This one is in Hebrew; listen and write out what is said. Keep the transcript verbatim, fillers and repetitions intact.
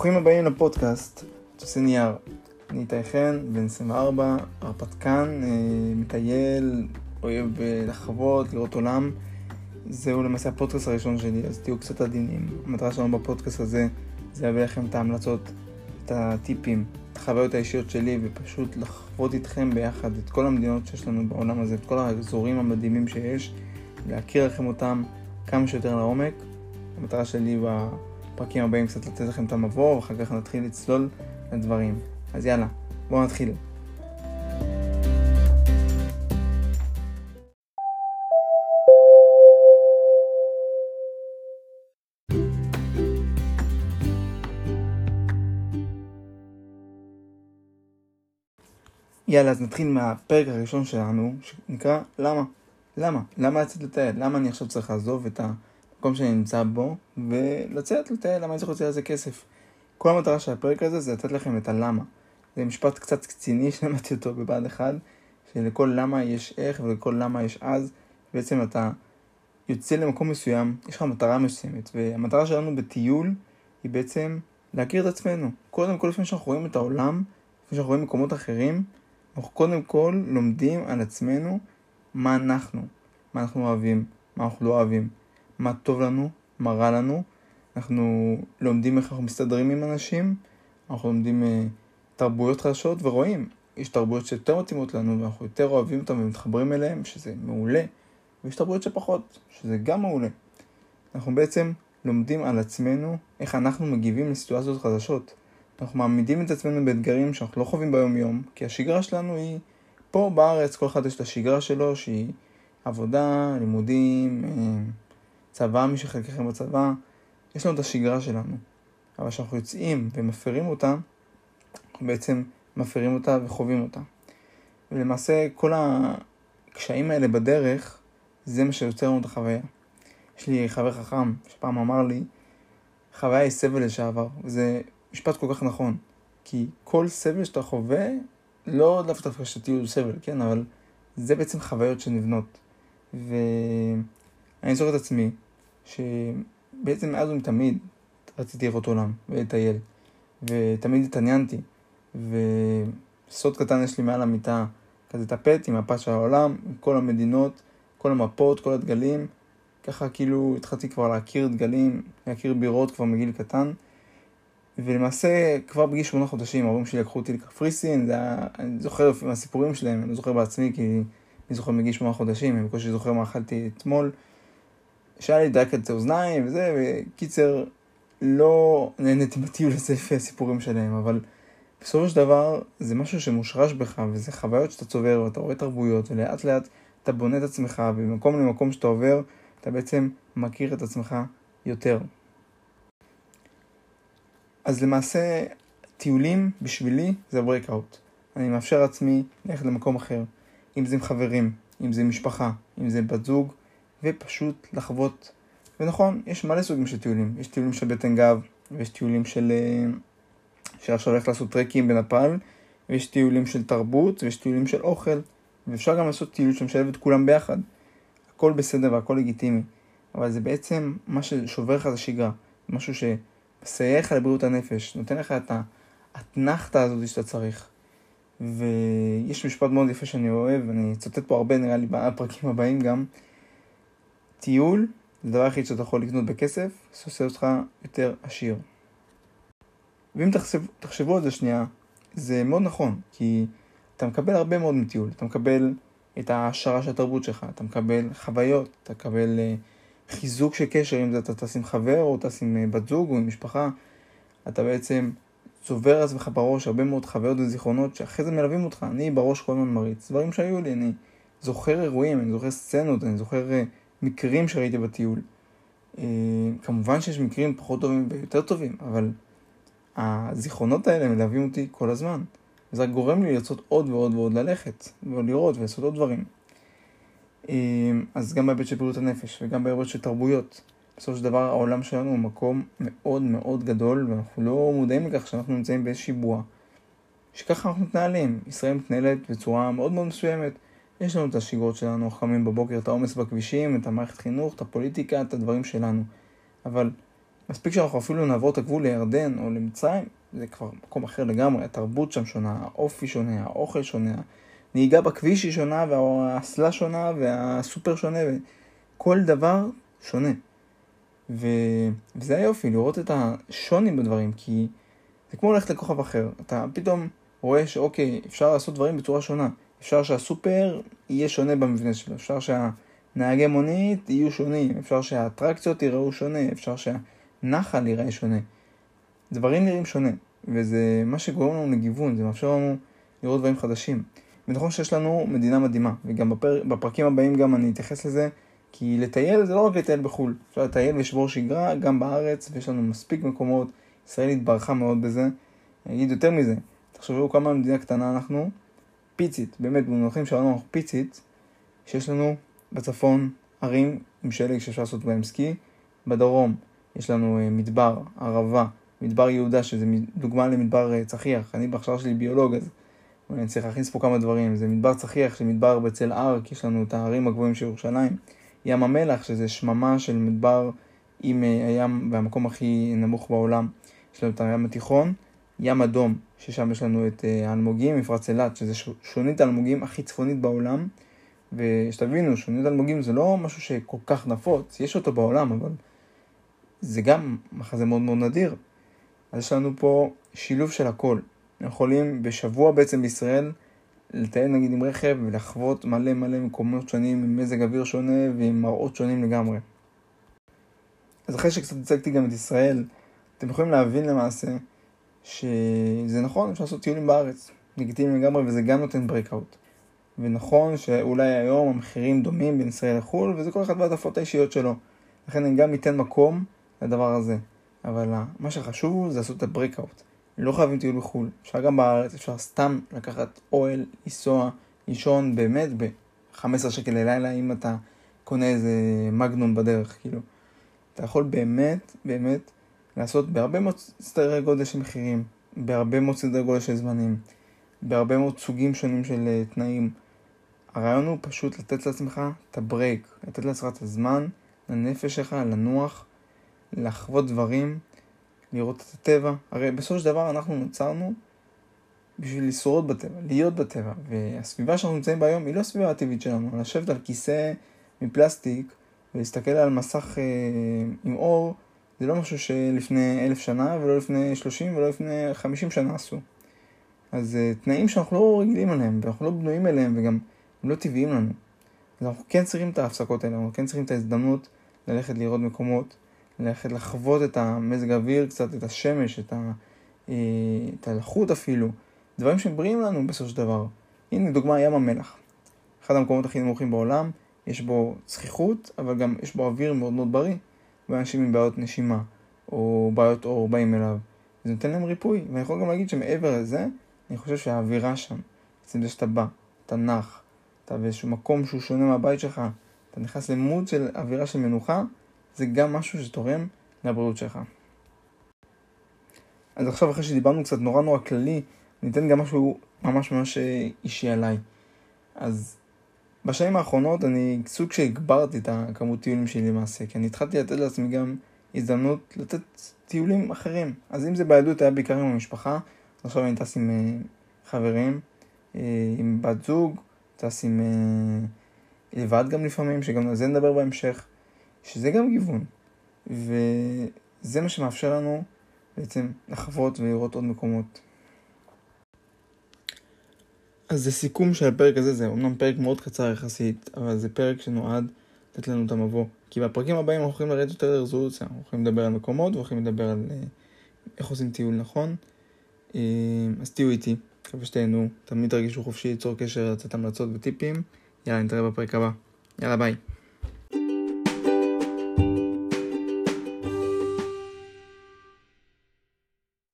ברוכים הבאים לפודקאסט, תוסי נייר. אני איתי חן, בן עשרים וארבע, הרפתקן, מטייל, אוהב לחוות, לראות עולם. זהו למעשה הפודקאסט הראשון שלי, אז תהיו קצת עדינים. המטרה שלנו בפודקאסט הזה זה להביא לכם את ההמלצות, את הטיפים, את החוויות האישיות שלי, ופשוט לחוות איתכם ביחד את כל המדינות שיש לנו בעולם הזה, את כל האזורים המדהימים שיש, להכיר לכם אותם כמה שיותר לעומק. המטרה שלי בפרקים הבאים קצת לתת לכם את המבוא, ואחר כך נתחיל לצלול לדברים. אז יאללה, בואו נתחיל. יאללה, אז נתחיל מהפרק הראשון שלנו, שנקרא למה? למה? למה לצאת לטייל? למה אני עכשיו צריך לעזוב את המקום שאני נמצא בו ולצאת לטייל? למה אני צריך להוציא על זה כסף? כל המטרה של הפרק הזה זה לתת לכם את הלמה. זה משפט קצת קציני שלמדתי אותו בבעד אחד, שלכל למה יש איך ולכל למה יש אז. בעצם אתה יוצא למקום מסוים, יש לך מטרה מסוימת, והמטרה שלנו בטיול היא בעצם להכיר את עצמנו. קודם כל, לפני שאנחנו רואים את העולם, לפני שאנחנו רואים מקומות אחרים, אנחנו קודם כל לומדים על עצמנו מה אנחנו, מה אנחנו אוהבים, מה אנחנו לא אוהבים, מה טוב לנו, מה רע לנו. אנחנו לומדים איך אנחנו מסתדרים עם אנשים, אנחנו לומדים uh, תרבויות חדשות ורואים, יש תרבויות שיותר מתאימות לנו ואנחנו יותר אוהבים אותם ומתחברים אליהם, שזה מעולה, ויש תרבויות שפחות, שזה גם מעולה. אנחנו בעצם לומדים על עצמנו איך אנחנו מגיבים לסיטואציות חדשות. אנחנו מעמידים את עצמנו באתגרים שאנחנו לא חווים ביום יום, כי השגרה שלנו היא פה בארץ, כל אחד יש את השגרה שלו, שהיא עבודה, לימודים, צבא, מי שחלקכם בצבא, יש לנו את השגרה שלנו. אבל כשאנחנו יוצאים ומפרים אותה, אנחנו בעצם מפרים אותה וחווים אותה. ולמעשה כל הקשיים האלה בדרך, זה מה שיוצר לנו את החוויה. יש לי חבר חכם שפעם אמר לי, חוויה היא סבל לשעבר, וזה משפט כל כך נכון, כי כל סבל שאתה חווה, לא דווקא שתהיו סבל, כן, אבל זה בעצם חוויות שנבנות. ואני זוכר את עצמי, שבעצם מאז ומתמיד רציתי לראות עולם ולטייל, ותמיד התעניינתי, וסוד קטן יש לי מעל המיטה, כזה טפט עם מפה של העולם, עם כל המדינות, כל המפות, כל הדגלים, ככה כאילו התחלתי כבר להכיר דגלים, להכיר בירות כבר מגיל קטן, ולמעשה כבר בגיל שמונה חודשים ההורים שלי לקחו אותי לקפריסין. זה היה, אני זוכר מהסיפורים שלהם, אני לא זוכר בעצמי כי אני זוכר מגיל שמונה חודשים, אני בקושי זוכר מה אכלתי אתמול, שהיה לי דקת אוזניים וזה, וקיצר לא נהניתי בטיול הזה לפי הסיפורים שלהם, אבל בסופו של דבר זה משהו שמושרש בך, וזה חוויות שאתה צובר ואתה רואה תרבויות, ולאט לאט אתה בונה את עצמך, ובמקום למקום שאתה עובר אתה בעצם מכיר את עצמך יותר. אז למעשה, טיולים בשבילי זה ברייק-אוט. אני מאפשר עצמי ללכת למקום אחר, אם זה עם חברים, אם זה עם משפחה, אם זה בת זוג, ופשוט לחוות. ונכון, יש מלא סוגים של טיולים. יש טיולים של בטן גב, ויש טיולים של, של עכשיו הולך לעשות טרקים בנפאל, ויש טיולים של תרבות, ויש טיולים של אוכל, ואפשר גם לעשות טיול שמשלב את כולם ביחד. הכל בסדר והכל לגיטימי, אבל זה בעצם מה ששובר לך את השגרה, משהו ש... מסייע לך לבריאות הנפש, נותן לך את האתנחתה הזאת שאתה צריך. ויש משפט מאוד יפה שאני אוהב, ואני צוטט פה הרבה, נראה לי בפרקים הבאים גם. טיול זה דבר הכי שאתה יכול לקנות בכסף, זה עושה אותך יותר עשיר. ואם תחשב, תחשבו על זה שנייה, זה מאוד נכון, כי אתה מקבל הרבה מאוד מטיול, אתה מקבל את ההשערה של התרבות שלך, אתה מקבל חוויות, אתה מקבל חיזוק של קשר, אם זה אתה תשים חבר או תשים בת זוג או עם משפחה, אתה בעצם צובר לעצמך בראש הרבה מאוד חוויות וזיכרונות שאחרי זה מלווים אותך. אני בראש כל הזמן מריץ דברים שהיו לי, אני זוכר אירועים, אני זוכר סצנות, אני זוכר מקרים שראיתי בטיול. כמובן שיש מקרים פחות טובים ויותר טובים, אבל הזיכרונות האלה מלווים אותי כל הזמן, וזה גורם לי לרצות עוד ועוד ועוד ללכת ולראות ולעשות עוד דברים. אז גם בהיבט של בריאות הנפש וגם בהיבט של תרבויות, בסופו של דבר העולם שלנו הוא מקום מאוד מאוד גדול, ואנחנו לא מודעים לכך שאנחנו נמצאים באיזושהי בועה שככה אנחנו מתנהלים. ישראל מתנהלת בצורה מאוד מאוד מסוימת. יש לנו את השגרות שלנו, חמים בבוקר, את העומס בכבישים, את המערכת חינוך, את הפוליטיקה, את הדברים שלנו, אבל מספיק שאנחנו אפילו נעבור את הגבול לירדן או למצרים, זה כבר מקום אחר לגמרי, התרבות שם שונה, האופי שונה, האוכל שונה, נהיגה בכביש היא שונה, והאסלה שונה, והסופר שונה, וכל דבר שונה. ו... וזה היופי, לראות את השוני בדברים, כי זה כמו ללכת לכוכב אחר. אתה פתאום רואה שאוקיי, אפשר לעשות דברים בצורה שונה. אפשר שהסופר יהיה שונה במבנה שלו, אפשר שהנהגי מונית יהיו שונים, אפשר שהאטרקציות יראו שונה, אפשר שהנחל יראה שונה. דברים נראים שונה, וזה מה שגורם לנו לגיוון, זה מאפשר לנו לראות דברים חדשים. ונכון שיש לנו מדינה מדהימה, וגם בפר... בפרקים הבאים גם אני אתייחס לזה, כי לטייל זה לא רק לטייל בחול, אפשר לטייל ושבור שגרה גם בארץ, ויש לנו מספיק מקומות, ישראל התברכה מאוד בזה. אני אגיד יותר מזה, תחשבו כמה מדינה קטנה אנחנו, פיצית, באמת במונחים שלנו אנחנו פיצית, שיש לנו בצפון ערים עם שלג שאפשר לעשות בהם סקי, בדרום יש לנו מדבר, ערבה, מדבר יהודה, שזה דוגמה למדבר צחיח, אני בהכשרה שלי ביולוג, אז אני צריך להכניס פה כמה דברים, זה מדבר צחיח, שמדבר בצל ארק, יש לנו את הערים הגבוהים של ירושלים, ים המלח, שזה שממה של מדבר עם הים והמקום הכי נמוך בעולם, יש לנו את הים התיכון, ים אדום, ששם יש לנו את האלמוגים, מפרץ אילת, שזה שונית האלמוגים הכי צפונית בעולם, ושתבינו, שונית האלמוגים זה לא משהו שכל כך נפוץ, יש אותו בעולם, אבל זה גם מחזה מאוד מאוד נדיר. אז יש לנו פה שילוב של הכל. אנחנו יכולים בשבוע בעצם בישראל לטייל נגיד עם רכב ולחוות מלא מלא מקומות שונים עם מזג אוויר שונה ועם מראות שונים לגמרי. אז אחרי שקצת הצגתי גם את ישראל, אתם יכולים להבין למעשה שזה נכון, אפשר לעשות טיולים בארץ, לגיטימי לגמרי, וזה גם נותן ברקאוט. ונכון שאולי היום המחירים דומים בין ישראל לחול, וזה כל אחד והעדפות האישיות שלו. לכן אני גם ייתן מקום לדבר הזה. אבל מה שחשוב זה לעשות את הברקאוט. לא חייבים טיול בחול. אפשר גם בארץ, אפשר סתם לקחת אוהל, לנסוע, לישון באמת ב-חמישה עשר שקל ללילה, אם אתה קונה איזה מגנום בדרך, כאילו. אתה יכול באמת, באמת, לעשות בהרבה מאוד סדרי גודל של מחירים, בהרבה מאוד סדרי גודל של זמנים, בהרבה מאוד סוגים שונים של uh, תנאים. הרעיון הוא פשוט לתת לעצמך את הברייק, לתת לעצמך את הזמן, לנפש שלך, לנוח, לחוות דברים, לראות את הטבע. הרי בסופו של דבר אנחנו נוצרנו בשביל לשרוד בטבע, להיות בטבע, והסביבה שאנחנו נמצאים ביום היא לא הסביבה הטבעית שלנו. לשבת על כיסא מפלסטיק ולהסתכל על מסך אה, עם אור, זה לא משהו שלפני אלף שנה ולא לפני שלושים ולא לפני חמישים שנה עשו. אז אה, תנאים שאנחנו לא רגילים עליהם ואנחנו לא בנויים אליהם וגם הם לא טבעיים לנו. אז אנחנו כן צריכים את ההפסקות האלה, אנחנו כן צריכים את ההזדמנות ללכת לראות מקומות, ללכת לחוות את המזג האוויר קצת, את השמש, את, ה, אה, את הלחות אפילו, דברים שבריאים לנו בסופו של דבר. הנה דוגמה, ים המלח. אחד המקומות הכי נמוכים בעולם, יש בו צחיחות, אבל גם יש בו אוויר מאוד מאוד בריא, ואנשים עם בעיות נשימה, או בעיות אור באים אליו. זה נותן להם ריפוי, ואני יכול גם להגיד שמעבר לזה, אני חושב שהאווירה שם, בעצם זה שאתה בא, אתה נח, אתה באיזשהו מקום שהוא שונה מהבית שלך, אתה נכנס למוד של אווירה של מנוחה, זה גם משהו שתורם לבריאות שלך. אז עכשיו אחרי שדיברנו קצת נורא נורא כללי, ניתן גם משהו ממש ממש אישי עליי. אז בשנים האחרונות אני סוג שהגברתי את הכמות טיולים שלי למעשה, כי אני התחלתי לתת לעצמי גם הזדמנות לתת טיולים אחרים. אז אם זה בילדות היה בעיקר עם המשפחה, אז עכשיו אני טס עם חברים, עם בת זוג, טס עם לבד גם לפעמים, שגם על זה נדבר בהמשך, שזה גם גיוון. וזה מה שמאפשר לנו בעצם לחוות ולראות עוד מקומות. אז זה סיכום של הפרק הזה, זה אומנם פרק מאוד קצר יחסית, אבל זה פרק שנועד לתת לנו את המבוא. כי בפרקים הבאים אנחנו יכולים לראות יותר לרזולוציה, אנחנו יכולים לדבר על מקומות, ויכולים לדבר על איך עושים טיול נכון. אז תהיו איתי, מקווה שתהנו, תמיד תרגישו חופשי ליצור קשר, לצאת המלצות וטיפים. יאללה, נתראה בפרק הבא. יאללה, ביי.